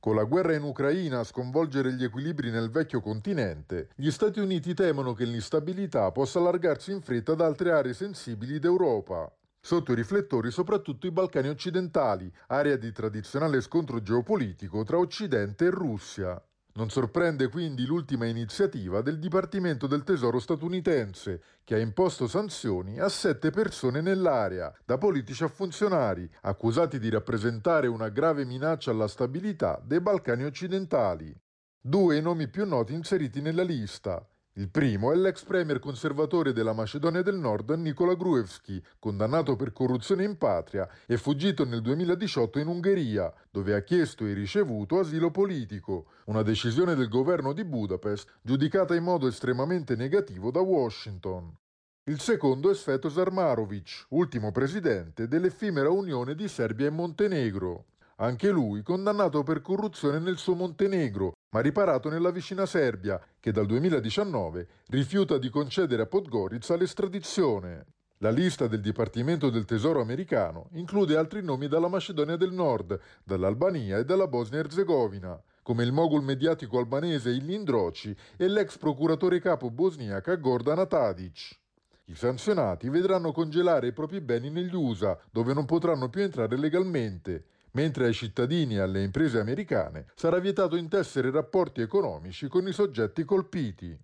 Con la guerra in Ucraina a sconvolgere gli equilibri nel vecchio continente, gli Stati Uniti temono che l'instabilità possa allargarsi in fretta ad altre aree sensibili d'Europa. Sotto i riflettori soprattutto i Balcani occidentali, area di tradizionale scontro geopolitico tra Occidente e Russia. Non sorprende quindi l'ultima iniziativa del Dipartimento del Tesoro statunitense, che ha imposto sanzioni a 7 persone nell'area, da politici a funzionari, accusati di rappresentare una grave minaccia alla stabilità dei Balcani occidentali. Due i nomi più noti inseriti nella lista. Il primo è l'ex premier conservatore della Macedonia del Nord Nikola Gruevski, condannato per corruzione in patria e fuggito nel 2018 in Ungheria, dove ha chiesto e ricevuto asilo politico, una decisione del governo di Budapest giudicata in modo estremamente negativo da Washington. Il secondo è Svetozar Marovic, ultimo presidente dell'effimera Unione di Serbia e Montenegro. Anche lui condannato per corruzione nel suo Montenegro, ma riparato nella vicina Serbia, che dal 2019 rifiuta di concedere a Podgorica l'estradizione. La lista del Dipartimento del Tesoro americano include altri nomi dalla Macedonia del Nord, dall'Albania e dalla Bosnia-Erzegovina, come il mogul mediatico albanese Ilir Droci e l'ex procuratore capo bosniaca Gordana Tadic. I sanzionati vedranno congelare i propri beni negli USA, dove non potranno più entrare legalmente, mentre ai cittadini e alle imprese americane sarà vietato intessere rapporti economici con i soggetti colpiti.